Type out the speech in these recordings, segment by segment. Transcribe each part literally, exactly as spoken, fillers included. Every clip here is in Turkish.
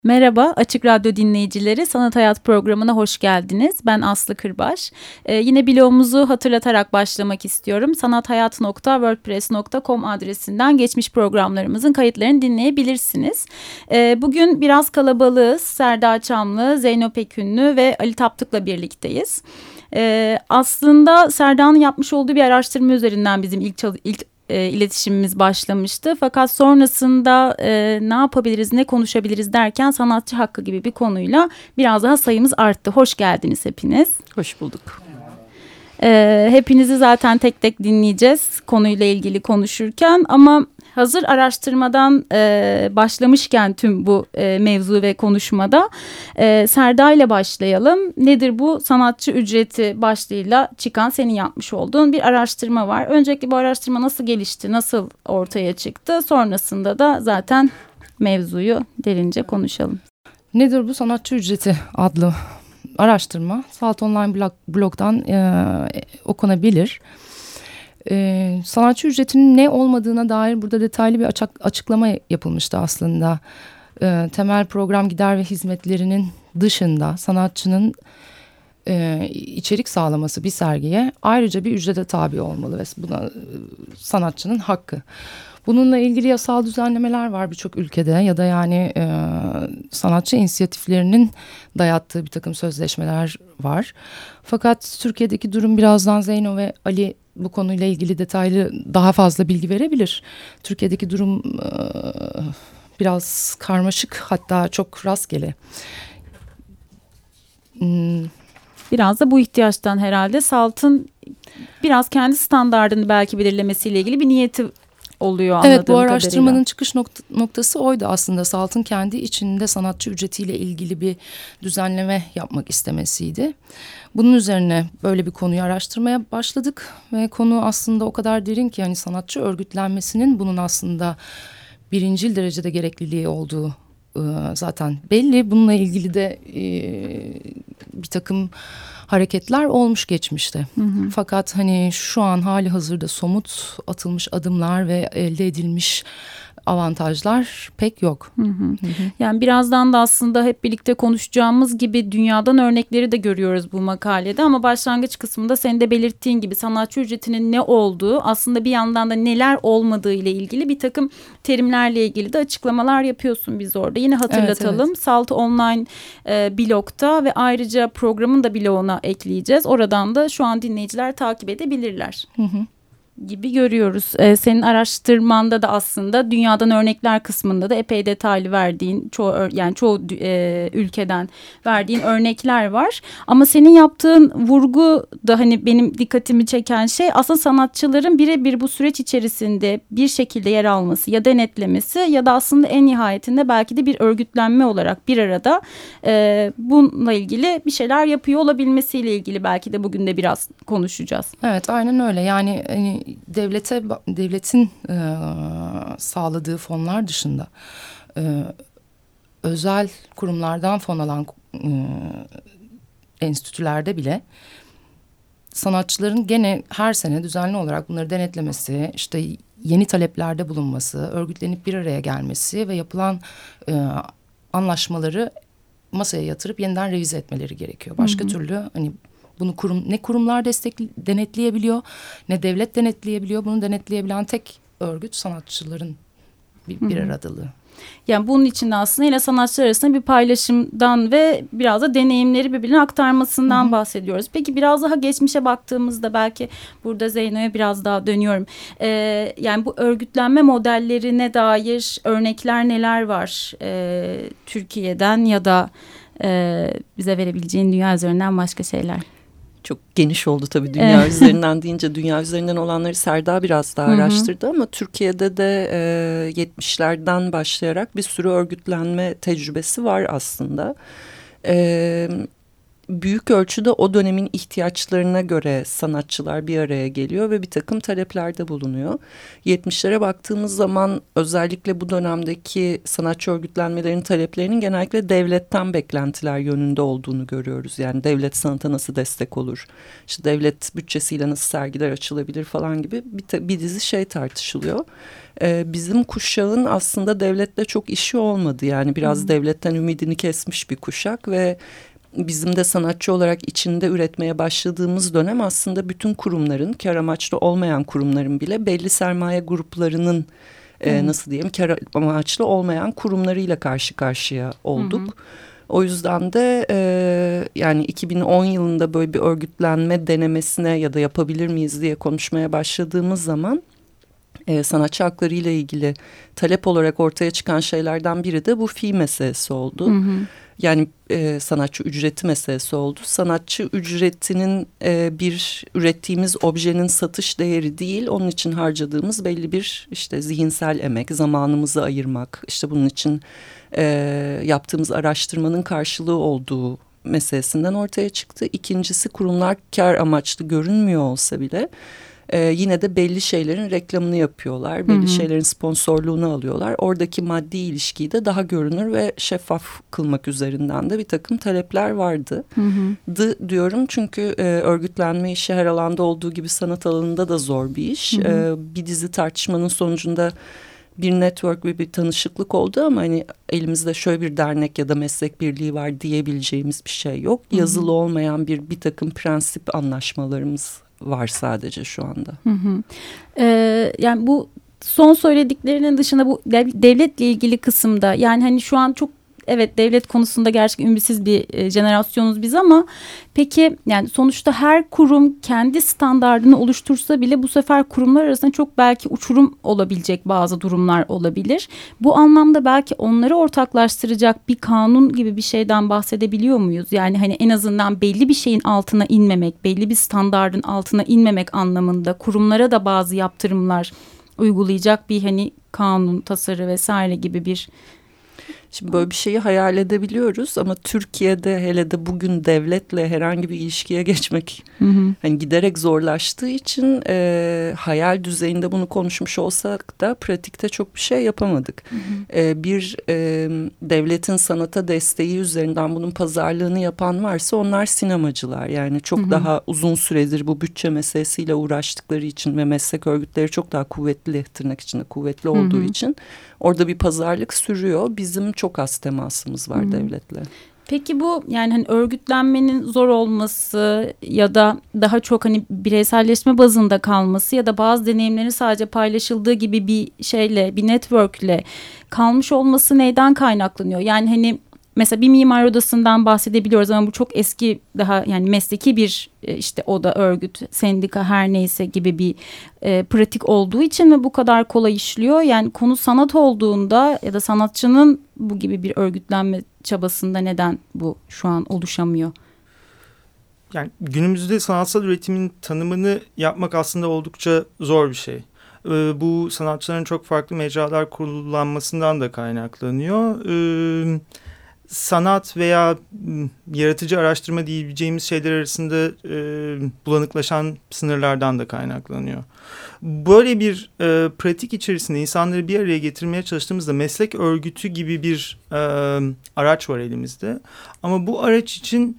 Merhaba, Açık Radyo dinleyicileri, Sanat Hayat programına hoş geldiniz. Ben Aslı Kırbaş. Ee, yine blogumuzu hatırlatarak başlamak istiyorum. sanathayat nokta wordpress nokta com adresinden geçmiş programlarımızın kayıtlarını dinleyebilirsiniz. Ee, bugün biraz kalabalığız. Serda Çamlı, Zeyno Pekünlü ve Ali Taptık'la birlikteyiz. Ee, aslında Serda'nın yapmış olduğu bir araştırma üzerinden bizim ilk, ilk E, iletişimimiz başlamıştı. Fakat sonrasında e, ne yapabiliriz, ne konuşabiliriz derken sanatçı hakkı gibi bir konuyla biraz daha sayımız arttı. Hoş geldiniz hepiniz. Hoş bulduk. E, hepinizi zaten tek tek dinleyeceğiz konuyla ilgili konuşurken ama hazır araştırmadan e, başlamışken tüm bu e, mevzu ve konuşmada e, Serda ile başlayalım. Nedir bu sanatçı ücreti başlığıyla çıkan senin yapmış olduğun bir araştırma var. Öncelikle bu araştırma nasıl gelişti, nasıl ortaya çıktı? Sonrasında da zaten mevzuyu derince konuşalım. Nedir bu sanatçı ücreti adlı araştırma? Salt Online blog, blogdan e, okunabilir. Ee, sanatçı ücretinin ne olmadığına dair burada detaylı bir açık, açıklama yapılmıştı aslında. Ee, temel program gider ve hizmetlerinin dışında sanatçının e, içerik sağlaması bir sergiye ayrıca bir ücrete tabi olmalı ve buna e, sanatçının hakkı. Bununla ilgili yasal düzenlemeler var birçok ülkede ya da yani e, sanatçı inisiyatiflerinin dayattığı bir takım sözleşmeler var. Fakat Türkiye'deki durum birazdan Zeyno ve Ali bu konuyla ilgili detaylı daha fazla bilgi verebilir. Türkiye'deki durum e, biraz karmaşık, hatta çok rastgele. Hmm. Biraz da bu ihtiyaçtan herhalde Salt'ın biraz kendi standardını belki belirlemesiyle ilgili bir niyeti oluyor anladığım Evet, bu araştırmanın kadarıyla. çıkış nokta, noktası oydu aslında. Salt'ın kendi içinde sanatçı ücretiyle ilgili bir düzenleme yapmak istemesiydi. Bunun üzerine böyle bir konuyu araştırmaya başladık ve konu aslında o kadar derin ki hani sanatçı örgütlenmesinin bunun aslında birincil derecede gerekliliği olduğu e, zaten belli. Bununla ilgili de e, bir takım hareketler olmuş geçmişte. Hı hı. Fakat hani şu an hali hazırda somut atılmış adımlar ve elde edilmiş avantajlar pek yok. Hı hı. Hı hı. Yani birazdan da aslında hep birlikte konuşacağımız gibi dünyadan örnekleri de görüyoruz bu makalede ama başlangıç kısmında senin de belirttiğin gibi sanatçı ücretinin ne olduğu, aslında bir yandan da neler olmadığı ile ilgili bir takım terimlerle ilgili de açıklamalar yapıyorsun biz orada. Yine hatırlatalım. Evet, evet. Salt Online e, blogda ve ayrıca programın da bloguna ekleyeceğiz. Oradan da şu an dinleyiciler takip edebilirler. Hı hı. Gibi görüyoruz. Ee, senin araştırmanda da aslında dünyadan örnekler kısmında da epey detaylı verdiğin çoğu yani çoğu e, ülkeden verdiğin örnekler var. Ama senin yaptığın vurgu da hani benim dikkatimi çeken şey aslında sanatçıların birebir bu süreç içerisinde bir şekilde yer alması ya denetlemesi ya da aslında en nihayetinde belki de bir örgütlenme olarak bir arada e, bununla ilgili bir şeyler yapıyor olabilmesiyle ilgili belki de bugün de biraz konuşacağız. Evet, aynen öyle. Yani hani devlete devletin e, sağladığı fonlar dışında e, özel kurumlardan fon alan e, enstitülerde bile sanatçıların gene her sene düzenli olarak bunları denetlemesi, işte yeni taleplerde bulunması, örgütlenip bir araya gelmesi ve yapılan e, anlaşmaları masaya yatırıp yeniden revize etmeleri gerekiyor. Başka hı hı. türlü hani bunu kurum ne kurumlar destek denetleyebiliyor ne devlet denetleyebiliyor. Bunu denetleyebilen tek örgüt sanatçıların bir, bir aradalığı. Yani bunun için de aslında yine sanatçılar arasında bir paylaşımdan ve biraz da deneyimleri birbirine aktarmasından hı hı. bahsediyoruz. Peki biraz daha geçmişe baktığımızda belki burada Zeyno'ya biraz daha dönüyorum. Ee, yani bu örgütlenme modellerine dair örnekler neler var ee, Türkiye'den ya da e, bize verebileceğin dünya üzerinden başka şeyler? Çok geniş oldu tabii dünya üzerinden deyince. Dünya üzerinden olanları Serda biraz daha araştırdı ama Türkiye'de de e, yetmişlerden başlayarak bir sürü örgütlenme tecrübesi var aslında. E, büyük ölçüde o dönemin ihtiyaçlarına göre sanatçılar bir araya geliyor ve bir takım taleplerde bulunuyor. yetmişlere baktığımız zaman özellikle bu dönemdeki sanatçı örgütlenmelerin taleplerinin genellikle devletten beklentiler yönünde olduğunu görüyoruz. Yani devlet sanata nasıl destek olur, işte devlet bütçesiyle nasıl sergiler açılabilir falan gibi bir, bir dizi şey tartışılıyor. Ee, bizim kuşağın aslında devletle çok işi olmadı. Yani biraz hmm. devletten ümidini kesmiş bir kuşak ve bizim de sanatçı olarak içinde üretmeye başladığımız dönem aslında bütün kurumların, kar amaçlı olmayan kurumların bile belli sermaye gruplarının hmm. e, nasıl diyeyim kar amaçlı olmayan kurumlarıyla karşı karşıya olduk. Hmm. O yüzden de e, yani iki bin on yılında böyle bir örgütlenme denemesine ya da yapabilir miyiz diye konuşmaya başladığımız zaman e, sanatçı hakları ile ilgili talep olarak ortaya çıkan şeylerden biri de bu fee meselesi oldu. Hı hı. Yani e, sanatçı ücreti meselesi oldu. Sanatçı ücretinin e, bir ürettiğimiz objenin satış değeri değil, onun için harcadığımız belli bir işte zihinsel emek, zamanımızı ayırmak, işte bunun için e, yaptığımız araştırmanın karşılığı olduğu meselesinden ortaya çıktı. İkincisi, kurumlar kar amaçlı görünmüyor olsa bile Ee, yine de belli şeylerin reklamını yapıyorlar. Belli Hı-hı. şeylerin sponsorluğunu alıyorlar. Oradaki maddi ilişkiyi de daha görünür ve şeffaf kılmak üzerinden de bir takım talepler vardı. Dı diyorum çünkü e, örgütlenme işi her alanda olduğu gibi sanat alanında da zor bir iş. E, bir dizi tartışmanın sonucunda bir network ve bir tanışıklık oldu ama hani elimizde şöyle bir dernek ya da meslek birliği var diyebileceğimiz bir şey yok. Hı-hı. Yazılı olmayan bir bir takım prensip anlaşmalarımız var sadece şu anda. Hı hı. Ee, yani bu son söylediklerinin dışında bu devletle ilgili kısımda yani hani şu an çok evet devlet konusunda gerçekten ümitsiz bir e, jenerasyonuz biz ama peki yani sonuçta her kurum kendi standardını oluştursa bile bu sefer kurumlar arasında çok belki uçurum olabilecek bazı durumlar olabilir. Bu anlamda belki onları ortaklaştıracak bir kanun gibi bir şeyden bahsedebiliyor muyuz? Yani hani en azından belli bir şeyin altına inmemek, belli bir standardın altına inmemek anlamında kurumlara da bazı yaptırımlar uygulayacak bir hani kanun, tasarı vesaire gibi bir... Şimdi böyle bir şeyi hayal edebiliyoruz ama Türkiye'de hele de bugün devletle herhangi bir ilişkiye geçmek hı hı. hani giderek zorlaştığı için e, hayal düzeyinde bunu konuşmuş olsak da pratikte çok bir şey yapamadık. Hı hı. E, bir e, devletin sanata desteği üzerinden bunun pazarlığını yapan varsa onlar sinemacılar. Yani çok hı hı. daha uzun süredir bu bütçe meselesiyle uğraştıkları için ve meslek örgütleri çok daha kuvvetli, tırnak içinde kuvvetli olduğu hı hı. için orada bir pazarlık sürüyor. Bizim çok az temasımız var hmm. devletle. Peki bu yani hani örgütlenmenin zor olması ya da daha çok hani bireyselleşme bazında kalması ya da bazı deneyimlerin sadece paylaşıldığı gibi bir şeyle, bir network'le kalmış olması neyden kaynaklanıyor? Yani hani mesela bir mimar odasından bahsedebiliyoruz ama bu çok eski daha yani mesleki bir işte oda, örgüt, sendika her neyse gibi bir e, pratik olduğu için mi bu kadar kolay işliyor? Yani konu sanat olduğunda ya da sanatçının bu gibi bir örgütlenme çabasında neden bu şu an oluşamıyor? Yani günümüzde sanatsal üretimin tanımını yapmak aslında oldukça zor bir şey. Ee, bu sanatçıların çok farklı mecralar kullanmasından da kaynaklanıyor. Ee, sanat veya yaratıcı araştırma diyebileceğimiz şeyler arasında e, bulanıklaşan sınırlardan da kaynaklanıyor. Böyle bir e, pratik içerisinde insanları bir araya getirmeye çalıştığımızda meslek örgütü gibi bir e, araç var elimizde. Ama bu araç için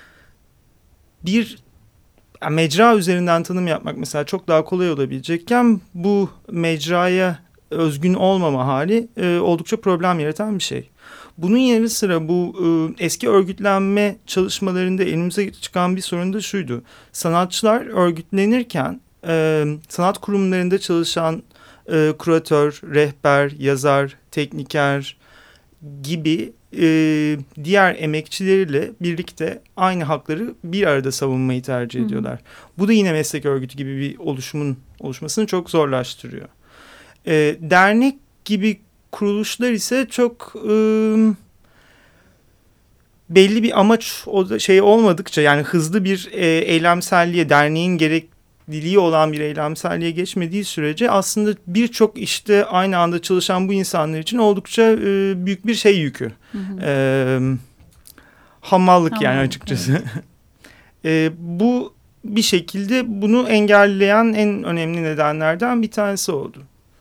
bir yani mecra üzerinden tanım yapmak mesela çok daha kolay olabilecekken bu mecraya özgün olmama hali e, oldukça problem yaratan bir şey. Bunun yanı sıra bu e, eski örgütlenme çalışmalarında elimize çıkan bir sorun da şuydu. Sanatçılar örgütlenirken e, sanat kurumlarında çalışan e, kuratör, rehber, yazar, tekniker gibi e, diğer emekçileriyle birlikte aynı hakları bir arada savunmayı tercih ediyorlar. Hı. Bu da yine meslek örgütü gibi bir oluşumun oluşmasını çok zorlaştırıyor. E, dernek gibi kuruluşlar ise çok e, belli bir amaç o da şey olmadıkça yani hızlı bir e, eylemselliğe, derneğin gerekliliği olan bir eylemselliğe geçmediği sürece aslında birçok işte aynı anda çalışan bu insanlar için oldukça e, büyük bir şey yükü. Hı hı. E, hamallık Hamallık, yani açıkçası. Evet. e, bu bir şekilde bunu engelleyen en önemli nedenlerden bir tanesi oldu.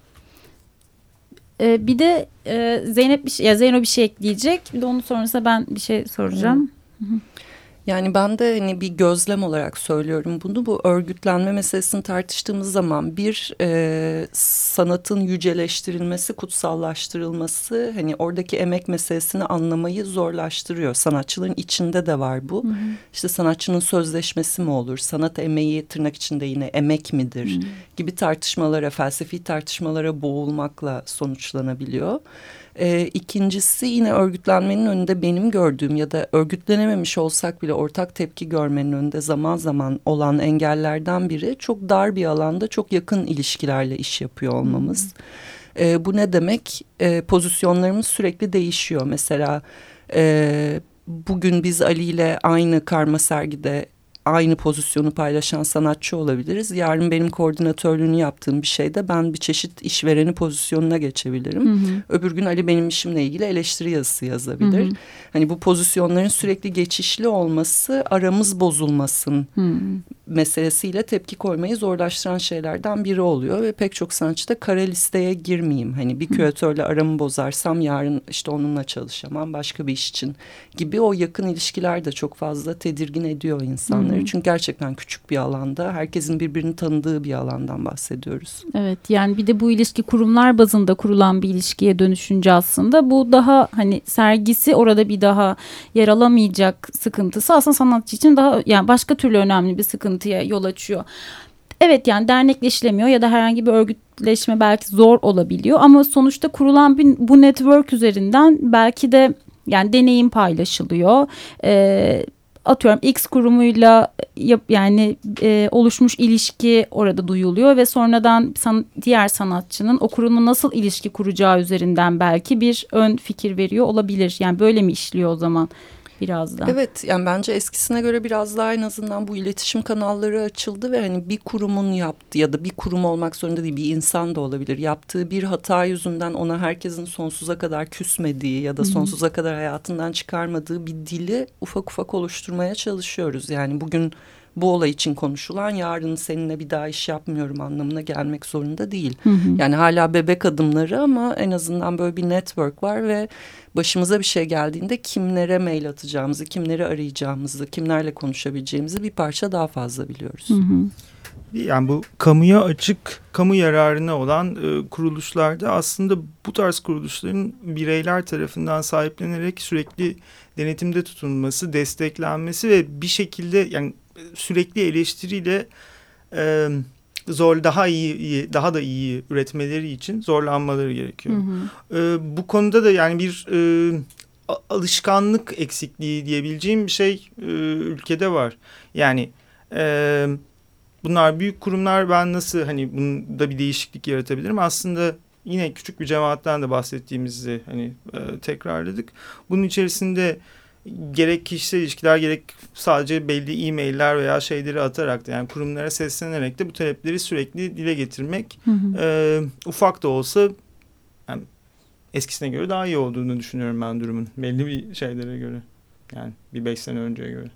Ee, bir de e, Zeynep bir şey, ya Zeyno bir şey ekleyecek. Bir de onun sonrasında ben bir şey soracağım. Hı. Hı. Yani ben de hani bir gözlem olarak söylüyorum bunu. Bu örgütlenme meselesini tartıştığımız zaman bir e, sanatın yüceleştirilmesi, kutsallaştırılması hani oradaki emek meselesini anlamayı zorlaştırıyor. Sanatçıların içinde de var bu. Hı hı. İşte sanatçının sözleşmesi mi olur? Sanat emeği tırnak içinde yine emek midir? Hı. Gibi tartışmalara, felsefi tartışmalara boğulmakla sonuçlanabiliyor. Ee, ikincisi yine örgütlenmenin önünde benim gördüğüm ya da örgütlenememiş olsak bile ortak tepki görmenin önünde zaman zaman olan engellerden biri çok dar bir alanda çok yakın ilişkilerle iş yapıyor olmamız. Hmm. Ee, bu ne demek? Ee, pozisyonlarımız sürekli değişiyor. Mesela e, bugün biz Ali ile aynı karma sergide aynı pozisyonu paylaşan sanatçı olabiliriz. Yarın benim koordinatörlüğünü yaptığım bir şeyde ben bir çeşit işvereni pozisyonuna geçebilirim. Hı hı. Öbür gün Ali benim işimle ilgili eleştiri yazısı yazabilir. Hı hı. Hani bu pozisyonların sürekli geçişli olması aramız bozulmasın hı hı. meselesiyle tepki koymayı zorlaştıran şeylerden biri oluyor ve pek çok sanatçı da kara listeye girmeyeyim. Hani bir küratörle aramı bozarsam yarın işte onunla çalışamam başka bir iş için gibi o yakın ilişkiler de çok fazla tedirgin ediyor insanları. Çünkü gerçekten küçük bir alanda herkesin birbirini tanıdığı bir alandan bahsediyoruz. Evet, yani bir de bu ilişki kurumlar bazında kurulan bir ilişkiye dönüşünce aslında bu daha hani sergisi orada bir daha yer alamayacak sıkıntısı aslında sanatçı için daha yani başka türlü önemli bir sıkıntıya yol açıyor. Evet, yani dernekleşilemiyor ya da herhangi bir örgütleşme belki zor olabiliyor ama sonuçta kurulan bir, bu network üzerinden belki de yani deneyim paylaşılıyor. Ee, Atıyorum X kurumuyla yap, yani e, oluşmuş ilişki orada duyuluyor ve sonradan san, diğer sanatçının o kurumla nasıl ilişki kuracağı üzerinden belki bir ön fikir veriyor olabilir. Yani böyle mi işliyor o zaman biraz da? Evet, yani bence eskisine göre biraz daha en azından bu iletişim kanalları açıldı ve hani bir kurumun yaptığı ya da bir kurum olmak zorunda değil bir insan da olabilir. Yaptığı bir hata yüzünden ona herkesin sonsuza kadar küsmediği ya da Hı-hı. sonsuza kadar hayatından çıkarmadığı bir dili ufak ufak oluşturmaya çalışıyoruz. Yani bugün bu olay için konuşulan yarın seninle bir daha iş yapmıyorum anlamına gelmek zorunda değil. Hı hı. Yani hala bebek adımları ama en azından böyle bir network var ve başımıza bir şey geldiğinde kimlere mail atacağımızı, kimleri arayacağımızı, kimlerle konuşabileceğimizi bir parça daha fazla biliyoruz. Hı hı. Yani bu kamuya açık, kamu yararına olan e, kuruluşlarda aslında bu tarz kuruluşların bireyler tarafından sahiplenerek sürekli denetimde tutulması, desteklenmesi ve bir şekilde yani sürekli eleştiriyle e, zor daha iyi, iyi daha da iyi üretmeleri için zorlanmaları gerekiyor. Hı hı. E, bu konuda da yani bir e, alışkanlık eksikliği diyebileceğim bir şey e, ülkede var. Yani e, bunlar büyük kurumlar, ben nasıl hani bunda bir değişiklik yaratabilirim? Aslında yine küçük bir cemaatten de bahsettiğimizi hani e, tekrarladık. Bunun içerisinde gerek kişisel ilişkiler gerek sadece belli e-mailler veya şeyleri atarak da yani kurumlara seslenerek de bu talepleri sürekli dile getirmek hı hı. E, ufak da olsa yani eskisine göre daha iyi olduğunu düşünüyorum ben durumun. Belli bir şeylere göre yani bir beş sene önceye göre.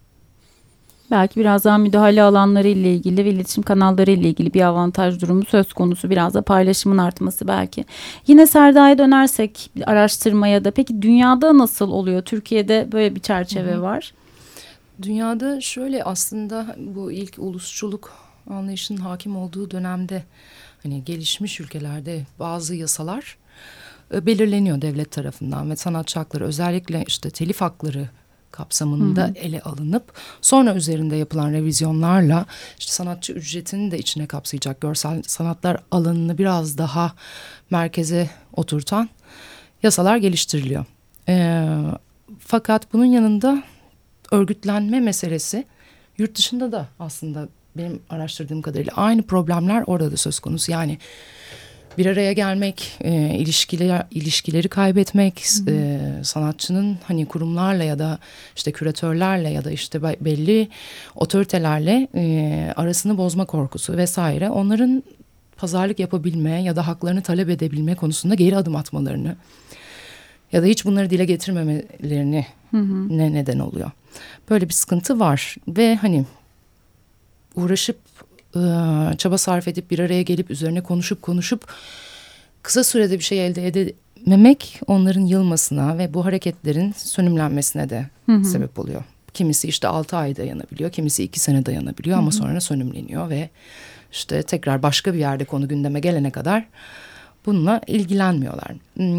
Belki biraz daha müdahale alanları ile ilgili ve iletişim kanalları ile ilgili bir avantaj durumu söz konusu. Biraz da paylaşımın artması belki. Yine Serda'ya dönersek araştırmaya da peki dünyada nasıl oluyor? Türkiye'de böyle bir çerçeve Hı-hı. var. Dünyada şöyle aslında bu ilk ulusçuluk anlayışının hakim olduğu dönemde hani gelişmiş ülkelerde bazı yasalar e, belirleniyor devlet tarafından ve sanatçı hakları özellikle işte telif hakları kapsamında hı hı. ele alınıp sonra üzerinde yapılan revizyonlarla işte sanatçı ücretini de içine kapsayacak görsel sanatlar alanını biraz daha merkeze oturtan yasalar geliştiriliyor. E, fakat bunun yanında örgütlenme meselesi yurt dışında da aslında benim araştırdığım kadarıyla aynı problemler orada da söz konusu. Yani bir araya gelmek, e, ilişkiler, ilişkileri kaybetmek, e, sanatçının hani kurumlarla ya da işte küratörlerle ya da işte belli otoritelerle e, arasını bozma korkusu vesaire. Onların pazarlık yapabilme ya da haklarını talep edebilme konusunda geri adım atmalarını ya da hiç bunları dile getirmemelerini hı hı. ne neden oluyor. Böyle bir sıkıntı var ve hani uğraşıp e, çaba sarf edip bir araya gelip üzerine konuşup konuşup kısa sürede bir şey elde edememek onların yılmasına ve bu hareketlerin sönümlenmesine de hı hı. sebep oluyor. Kimisi işte altı ay dayanabiliyor, kimisi iki sene dayanabiliyor hı hı. ama sonra sönümleniyor ve işte tekrar başka bir yerde konu gündeme gelene kadar bununla ilgilenmiyorlar.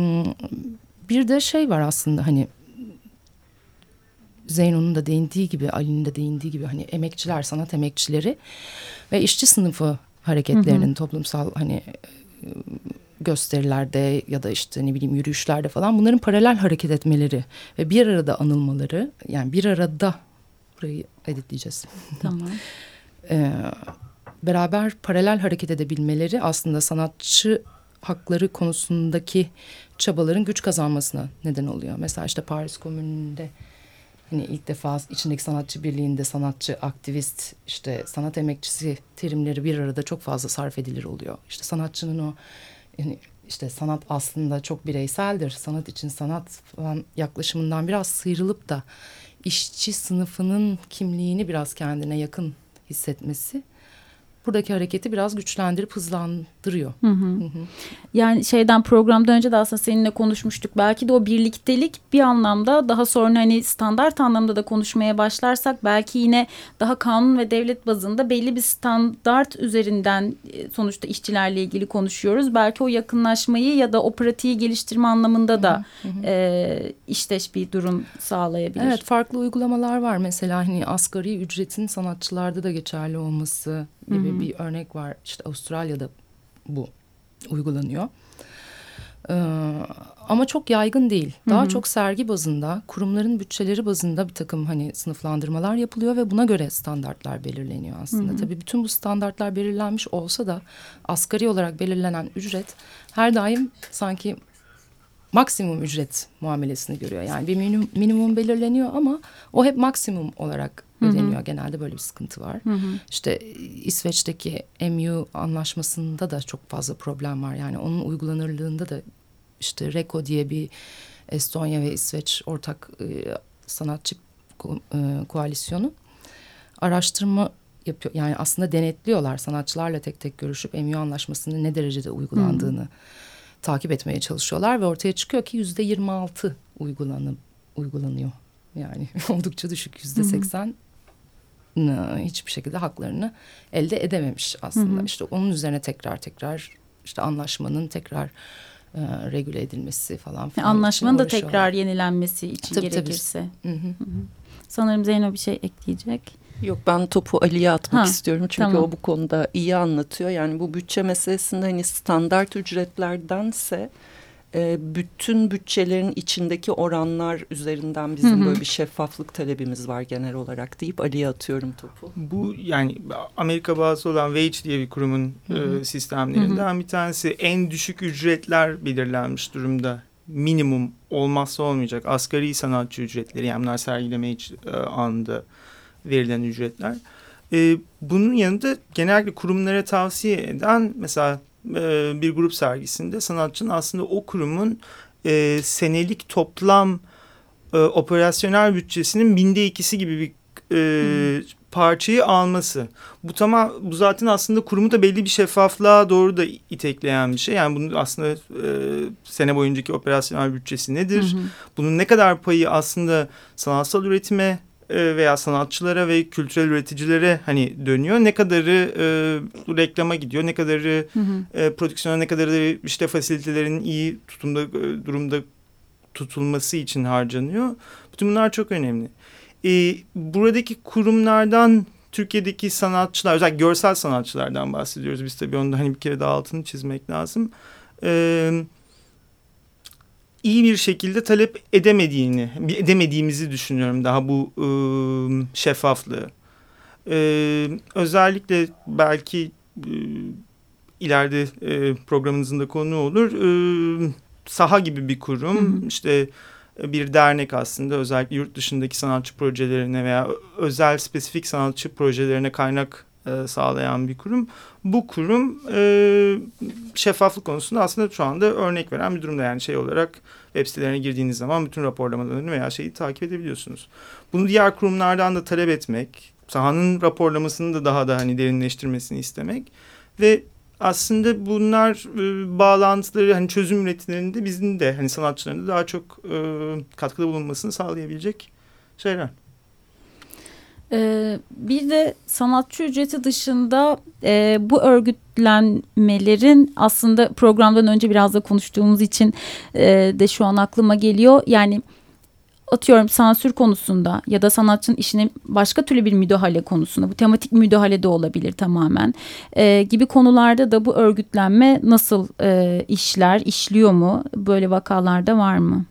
Bir de şey var aslında hani Zeyno'nun da değindiği gibi, Ali'nin de değindiği gibi hani emekçiler, sanat emekçileri ve işçi sınıfı hareketlerinin hı hı. toplumsal hani gösterilerde ya da işte ne bileyim yürüyüşlerde falan bunların paralel hareket etmeleri ve bir arada anılmaları, yani bir arada, burayı editleyeceğiz. Tamam. ee, beraber paralel hareket edebilmeleri aslında sanatçı hakları konusundaki çabaların güç kazanmasına neden oluyor. Mesela işte Paris Komünü'nde hani ilk defa içindeki sanatçı birliğinde sanatçı, aktivist, işte sanat emekçisi terimleri bir arada çok fazla sarf edilir oluyor. İşte sanatçının o yani işte sanat aslında çok bireyseldir. Sanat için sanat falan yaklaşımından biraz sıyrılıp da işçi sınıfının kimliğini biraz kendine yakın hissetmesi buradaki hareketi biraz güçlendirip hızlandırıyor. Hı hı. Hı hı. Yani şeyden programdan önce de aslında seninle konuşmuştuk. Belki de o birliktelik bir anlamda daha sonra hani standart anlamda da konuşmaya başlarsak belki yine daha kanun ve devlet bazında belli bir standart üzerinden sonuçta işçilerle ilgili konuşuyoruz. Belki o yakınlaşmayı ya da o pratiği geliştirme anlamında da hı hı. E, işteş bir durum sağlayabilir. Evet, farklı uygulamalar var. Mesela hani asgari ücretin sanatçılarda da geçerli olması gibi hı hı. bir örnek var. İşte Avustralya'da bu uygulanıyor. Ee, ama çok yaygın değil. Daha hı hı. çok sergi bazında, kurumların bütçeleri bazında bir takım hani sınıflandırmalar yapılıyor ve buna göre standartlar belirleniyor aslında. Hı hı. Tabii bütün bu standartlar belirlenmiş olsa da asgari olarak belirlenen ücret her daim sanki maksimum ücret muamelesini görüyor. Yani bir minimum, minimum belirleniyor ama o hep maksimum olarak ödeniyor. Hı hı. Genelde böyle bir sıkıntı var. Hı hı. İşte İsveç'teki M U anlaşmasında da çok fazla problem var. Yani onun uygulanırlığında da işte RECO diye bir Estonya ve İsveç ortak e, sanatçı ko, e, koalisyonu araştırma yapıyor. Yani aslında denetliyorlar. Sanatçılarla tek tek görüşüp M U anlaşmasının ne derecede uygulandığını hı. takip etmeye çalışıyorlar ve ortaya çıkıyor ki yüzde yirmi altı uygulanı, uygulanıyor. Yani oldukça düşük yüzde seksen hiçbir şekilde haklarını elde edememiş aslında. Hı hı. İşte onun üzerine tekrar tekrar işte anlaşmanın tekrar e, regüle edilmesi falan filan. Anlaşmanın da tekrar yenilenmesi için tabii, gerekirse. Tabii. Hı hı. Hı hı. Sanırım Zeyno bir şey ekleyecek. Yok, ben topu Ali'ye atmak ha, istiyorum çünkü tamam. o bu konuda iyi anlatıyor. Yani bu bütçe meselesinde hani standart ücretlerdense e, bütün bütçelerin içindeki oranlar üzerinden bizim hı hı. böyle bir şeffaflık talebimiz var genel olarak deyip Ali'ye atıyorum topu. Bu yani Amerika bazlı olan Wage diye bir kurumun hı hı. E, sistemlerinden hı hı. bir tanesi. En düşük ücretler belirlenmiş durumda. Minimum olmazsa olmayacak asgari sanatçı ücretleri, yani bunlar sergileme e, anında verilen ücretler. Ee, bunun yanında genellikle kurumlara tavsiye eden mesela e, bir grup sergisinde sanatçının aslında o kurumun e, senelik toplam e, operasyonel bütçesinin binde ikisi gibi bir e, parçayı alması. Bu tamam, bu zaten aslında kurumu da belli bir şeffaflığa doğru da itekleyen bir şey. Yani bunun aslında e, sene boyuncaki operasyonel bütçesi nedir? Hı hı. Bunun ne kadar payı aslında sanatsal üretime veya sanatçılara ve kültürel üreticilere hani dönüyor. Ne kadarı e, reklama gidiyor, ne kadarı hı hı. E, prodüksiyona, ne kadarı işte fasilitelerin iyi tutumda e, durumda tutulması için harcanıyor. Bütün bunlar çok önemli. E, buradaki kurumlardan Türkiye'deki sanatçılar, özellikle görsel sanatçılardan bahsediyoruz. Biz tabii onu da hani bir kere daha altını çizmek lazım. Evet. iyi bir şekilde talep edemediğini, edemediğimizi düşünüyorum daha bu e, şeffaflığı. E, özellikle belki e, ileride e, programınızın da konu olur. E, saha gibi bir kurum, hı hı. işte bir dernek aslında özellikle yurt dışındaki sanatçı projelerine veya özel spesifik sanatçı projelerine kaynak e, sağlayan bir kurum. Bu kurum e, şeffaflık konusunda aslında şu anda örnek veren bir durumda. Yani şey olarak web sitelerine girdiğiniz zaman bütün raporlamalarını veya şeyi takip edebiliyorsunuz. Bunu diğer kurumlardan da talep etmek, sahanın raporlamasını da daha da hani derinleştirmesini istemek ve aslında bunlar e, bağlantıları hani çözüm üretimlerinde bizim de hani sanatçıların da daha çok e, katkıda bulunmasını sağlayabilecek şeyler. Ee, bir de sanatçı ücreti dışında e, bu örgütlenmelerin aslında programdan önce biraz da konuştuğumuz için e, de şu an aklıma geliyor. Yani atıyorum sansür konusunda ya da sanatçının işine başka türlü bir müdahale konusunda, bu tematik müdahale de olabilir tamamen e, gibi konularda da bu örgütlenme nasıl e, işler, işliyor mu? Böyle vakalarda var mı?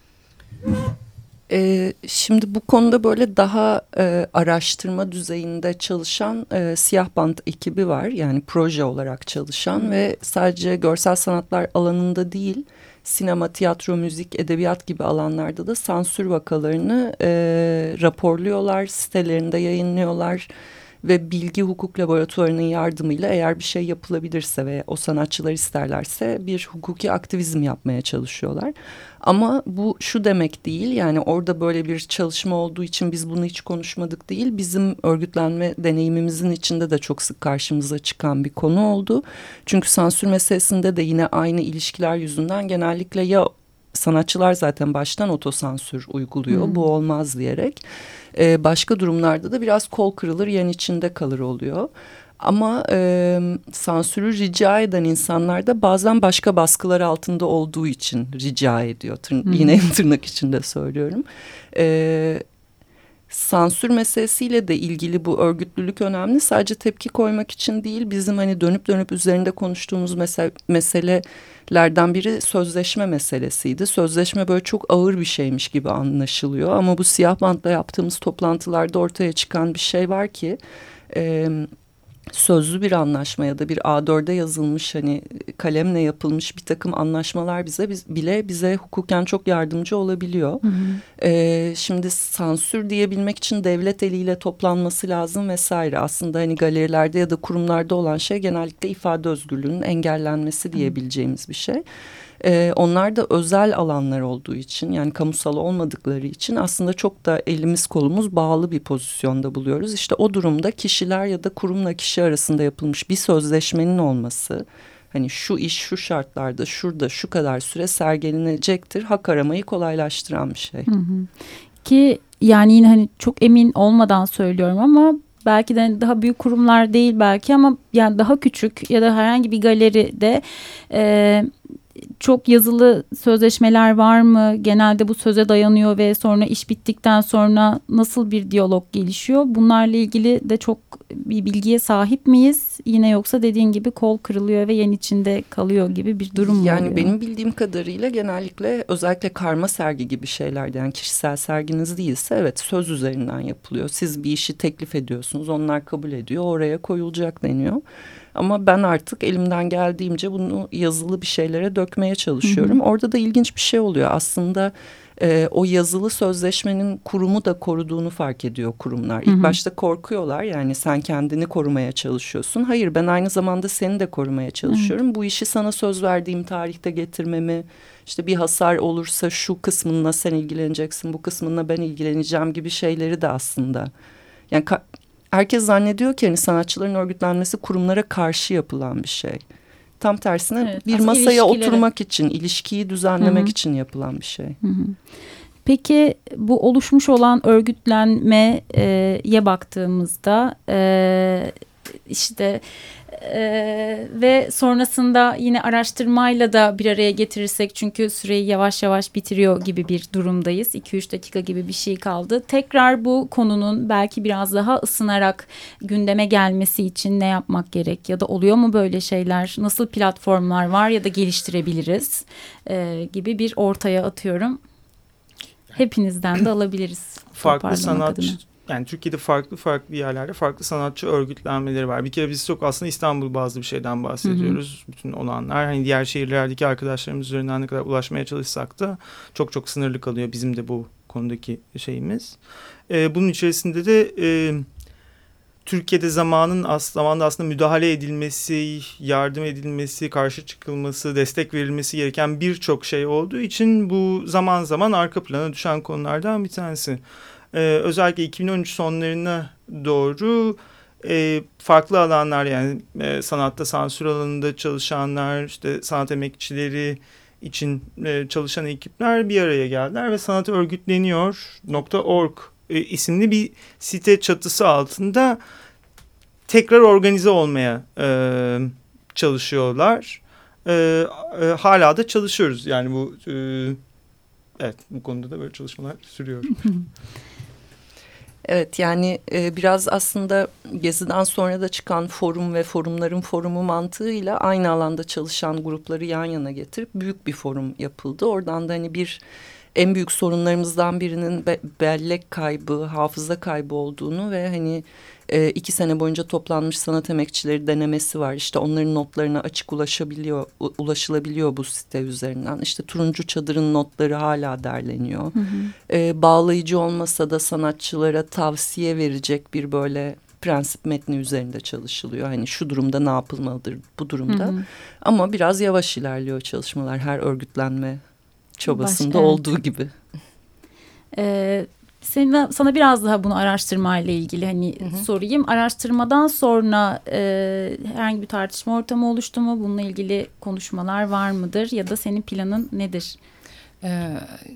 Ee, şimdi bu konuda böyle daha e, araştırma düzeyinde çalışan e, Siyah Bant ekibi var. Yani proje olarak çalışan hmm. ve sadece görsel sanatlar alanında değil, sinema, tiyatro, müzik, edebiyat gibi alanlarda da sansür vakalarını e, raporluyorlar, sitelerinde yayınlıyorlar. Ve Bilgi Hukuk Laboratuvarı'nın yardımıyla eğer bir şey yapılabilirse ve o sanatçılar isterlerse bir hukuki aktivizm yapmaya çalışıyorlar. Ama bu şu demek değil, yani orada böyle bir çalışma olduğu için biz bunu hiç konuşmadık değil. Bizim örgütlenme deneyimimizin içinde de çok sık karşımıza çıkan bir konu oldu. Çünkü sansür meselesinde de yine aynı ilişkiler yüzünden genellikle ya sanatçılar zaten baştan otosansür uyguluyor, hmm. bu olmaz diyerek. Ee, başka durumlarda da biraz kol kırılır, yen içinde kalır oluyor. Ama e, sansürü rica eden insanlar da bazen başka baskılar altında olduğu için rica ediyor. Tır, hmm. Yine tırnak içinde söylüyorum. Evet. Sansür meselesiyle de ilgili bu örgütlülük önemli. Sadece tepki koymak için değil, bizim hani dönüp dönüp üzerinde konuştuğumuz mesele, meselelerden biri sözleşme meselesiydi. Sözleşme böyle çok ağır bir şeymiş gibi anlaşılıyor. Ama bu Siyah Bant'la yaptığımız toplantılarda ortaya çıkan bir şey var ki... E, sözlü bir anlaşma ya da bir A dört'e yazılmış, hani kalemle yapılmış bir takım anlaşmalar bize biz, bile bize hukuken çok yardımcı olabiliyor. Hı hı. Ee, şimdi sansür diyebilmek için devlet eliyle toplanması lazım vesaire. Aslında hani galerilerde ya da kurumlarda olan şey genellikle ifade özgürlüğünün engellenmesi diyebileceğimiz bir şey. Ee, onlar da özel alanlar olduğu için, yani kamusal olmadıkları için aslında çok da elimiz kolumuz bağlı bir pozisyonda buluyoruz. İşte o durumda kişiler ya da kurumla kişi arasında yapılmış bir sözleşmenin olması, hani şu iş şu şartlarda şurada şu kadar süre sergilenecektir, hak aramayı kolaylaştıran bir şey. Hı hı. Ki yani yine hani çok emin olmadan söylüyorum ama belki de daha büyük kurumlar değil belki ama yani daha küçük ya da herhangi bir galeride e, çok yazılı sözleşmeler var mı? Genelde bu söze dayanıyor ve sonra iş bittikten sonra nasıl bir diyalog gelişiyor? Bunlarla ilgili de çok bir bilgiye sahip miyiz? Yine yoksa dediğin gibi kol kırılıyor ve yen içinde kalıyor gibi bir durum mu yani oluyor? Benim bildiğim kadarıyla genellikle özellikle karma sergi gibi şeylerde, yani kişisel serginiz değilse evet söz üzerinden yapılıyor. Siz bir işi teklif ediyorsunuz, onlar kabul ediyor, oraya koyulacak deniyor. Ama ben artık elimden geldiğimce bunu yazılı bir şeylere dökmeye çalışıyorum. Hı hı. Orada da ilginç bir şey oluyor. Aslında e, o yazılı sözleşmenin kurumu da koruduğunu fark ediyor kurumlar. İlk hı hı. başta korkuyorlar, yani sen kendini korumaya çalışıyorsun. Hayır, ben aynı zamanda seni de korumaya çalışıyorum. Hı hı. Bu işi sana söz verdiğim tarihte getirmemi, işte bir hasar olursa şu kısmınla sen ilgileneceksin, bu kısmınla ben ilgileneceğim gibi şeyleri de aslında... Yani ka- herkes zannediyor ki hani sanatçıların örgütlenmesi kurumlara karşı yapılan bir şey. Tam tersine evet, bir masaya oturmak için, ilişkiyi düzenlemek Hı-hı. için yapılan bir şey. Hı-hı. Peki bu oluşmuş olan örgütlenmeye baktığımızda e, işte e, ve sonrasında yine araştırmayla da bir araya getirirsek, çünkü süreyi yavaş yavaş bitiriyor gibi bir durumdayız. iki üç dakika gibi bir şey kaldı. Tekrar bu konunun belki biraz daha ısınarak gündeme gelmesi için ne yapmak gerek? Ya da oluyor mu böyle şeyler? Nasıl platformlar var ya da geliştirebiliriz e, gibi bir ortaya atıyorum. Hepinizden de alabiliriz. Farklı sanatçı, adına. Yani Türkiye'de farklı farklı yerlerde farklı sanatçı örgütlenmeleri var. Bir kere biz çok aslında İstanbul bazlı bir şeyden bahsediyoruz. Hı hı. Bütün olanlar, hani diğer şehirlerdeki arkadaşlarımız üzerinden ne kadar ulaşmaya çalışsak da çok çok sınırlı kalıyor bizim de bu konudaki şeyimiz. Ee, bunun içerisinde de e, Türkiye'de zamanın as, zamanda aslında müdahale edilmesi, yardım edilmesi, karşı çıkılması, destek verilmesi gereken birçok şey olduğu için bu zaman zaman arka plana düşen konulardan bir tanesi. Ee, özellikle iki bin on üç sonlarına doğru e, farklı alanlar, yani e, sanatta sansür alanında çalışanlar, işte sanat emekçileri için e, çalışan ekipler bir araya geldiler ve sanat örgütleniyor nokta org e, isimli bir site çatısı altında tekrar organize olmaya e, çalışıyorlar. E, e, hala da çalışıyoruz. Yani bu e, evet, bu konuda da böyle çalışmalar sürüyor. Evet, yani e, biraz aslında Gezi'den sonra da çıkan forum ve forumların forumu mantığıyla aynı alanda çalışan grupları yan yana getirip büyük bir forum yapıldı. Oradan da hani bir en büyük sorunlarımızdan birinin be, bellek kaybı, hafıza kaybı olduğunu ve hani e, iki sene boyunca toplanmış sanat emekçileri denemesi var. İşte onların notlarına açık ulaşabiliyor, ulaşılabiliyor bu site üzerinden. İşte Turuncu Çadır'ın notları hala derleniyor. Hı hı. E, bağlayıcı olmasa da sanatçılara tavsiye verecek bir böyle prensip metni üzerinde çalışılıyor. Hani şu durumda ne yapılmalıdır bu durumda. Hı hı. Ama biraz yavaş ilerliyor çalışmalar, her örgütlenme çabasında Baş, evet. olduğu gibi. Ee, senin, sana biraz daha bunu araştırmayla ilgili hani hı hı. sorayım. Araştırmadan sonra e, herhangi bir tartışma ortamı oluştu mu? Bununla ilgili konuşmalar var mıdır? Ya da senin planın nedir? Ee,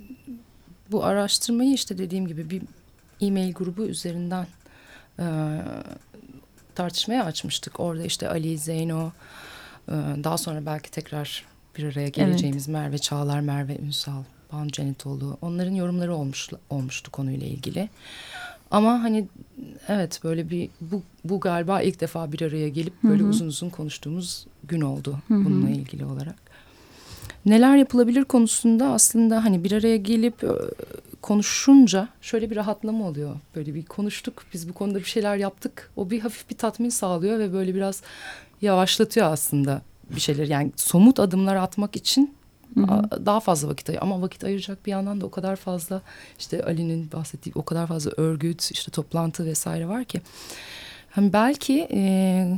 bu araştırmayı işte dediğim gibi bir e-mail grubu üzerinden e, tartışmaya açmıştık. Orada işte Ali, Zeyno, e, daha sonra belki tekrar bir araya geleceğimiz evet. Merve Çağlar, Merve Ünsal, Banu Cenetoğlu, onların yorumları olmuş, olmuştu konuyla ilgili. Ama hani evet, böyle bir bu, bu galiba ilk defa bir araya gelip böyle Hı-hı. uzun uzun konuştuğumuz gün oldu Hı-hı. bununla ilgili olarak. Neler yapılabilir konusunda aslında hani bir araya gelip konuşunca şöyle bir rahatlama oluyor. Böyle bir konuştuk, biz bu konuda bir şeyler yaptık. O bir hafif bir tatmin sağlıyor ve böyle biraz yavaşlatıyor aslında bir şeyler. Yani somut adımlar atmak için hı hı. daha fazla vakit ayır. Ama vakit ayıracak bir yandan da o kadar fazla işte Ali'nin bahsettiği o kadar fazla örgüt, işte toplantı vesaire var ki. Hani belki e,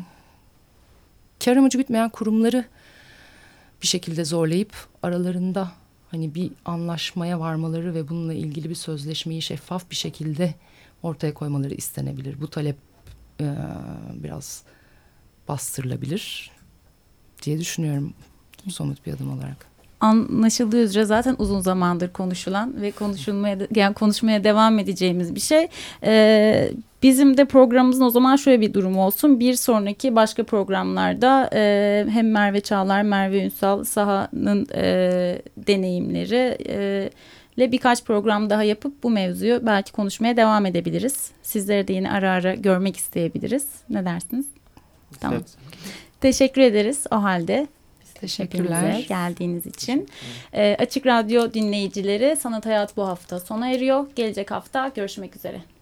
kar amacı gütmeyen kurumları bir şekilde zorlayıp aralarında hani bir anlaşmaya varmaları ve bununla ilgili bir sözleşmeyi şeffaf bir şekilde ortaya koymaları istenebilir. Bu talep e, biraz bastırılabilir diye düşünüyorum somut bir adım olarak. Anlaşıldığı üzere zaten uzun zamandır konuşulan ve konuşulmaya yani konuşmaya devam edeceğimiz bir şey. Ee, bizim de programımızın o zaman şöyle bir durumu olsun. Bir sonraki başka programlarda e, hem Merve Çağlar, Merve Ünsal sahanın e, deneyimleri e, ile birkaç program daha yapıp bu mevzuyu belki konuşmaya devam edebiliriz. Sizleri de yine ara ara görmek isteyebiliriz. Ne dersiniz? Tamam. Evet. Teşekkür ederiz o halde. Teşekkürler geldiğiniz için. E, Açık Radyo dinleyicileri, Sanat Hayat bu hafta sona eriyor. Gelecek hafta görüşmek üzere.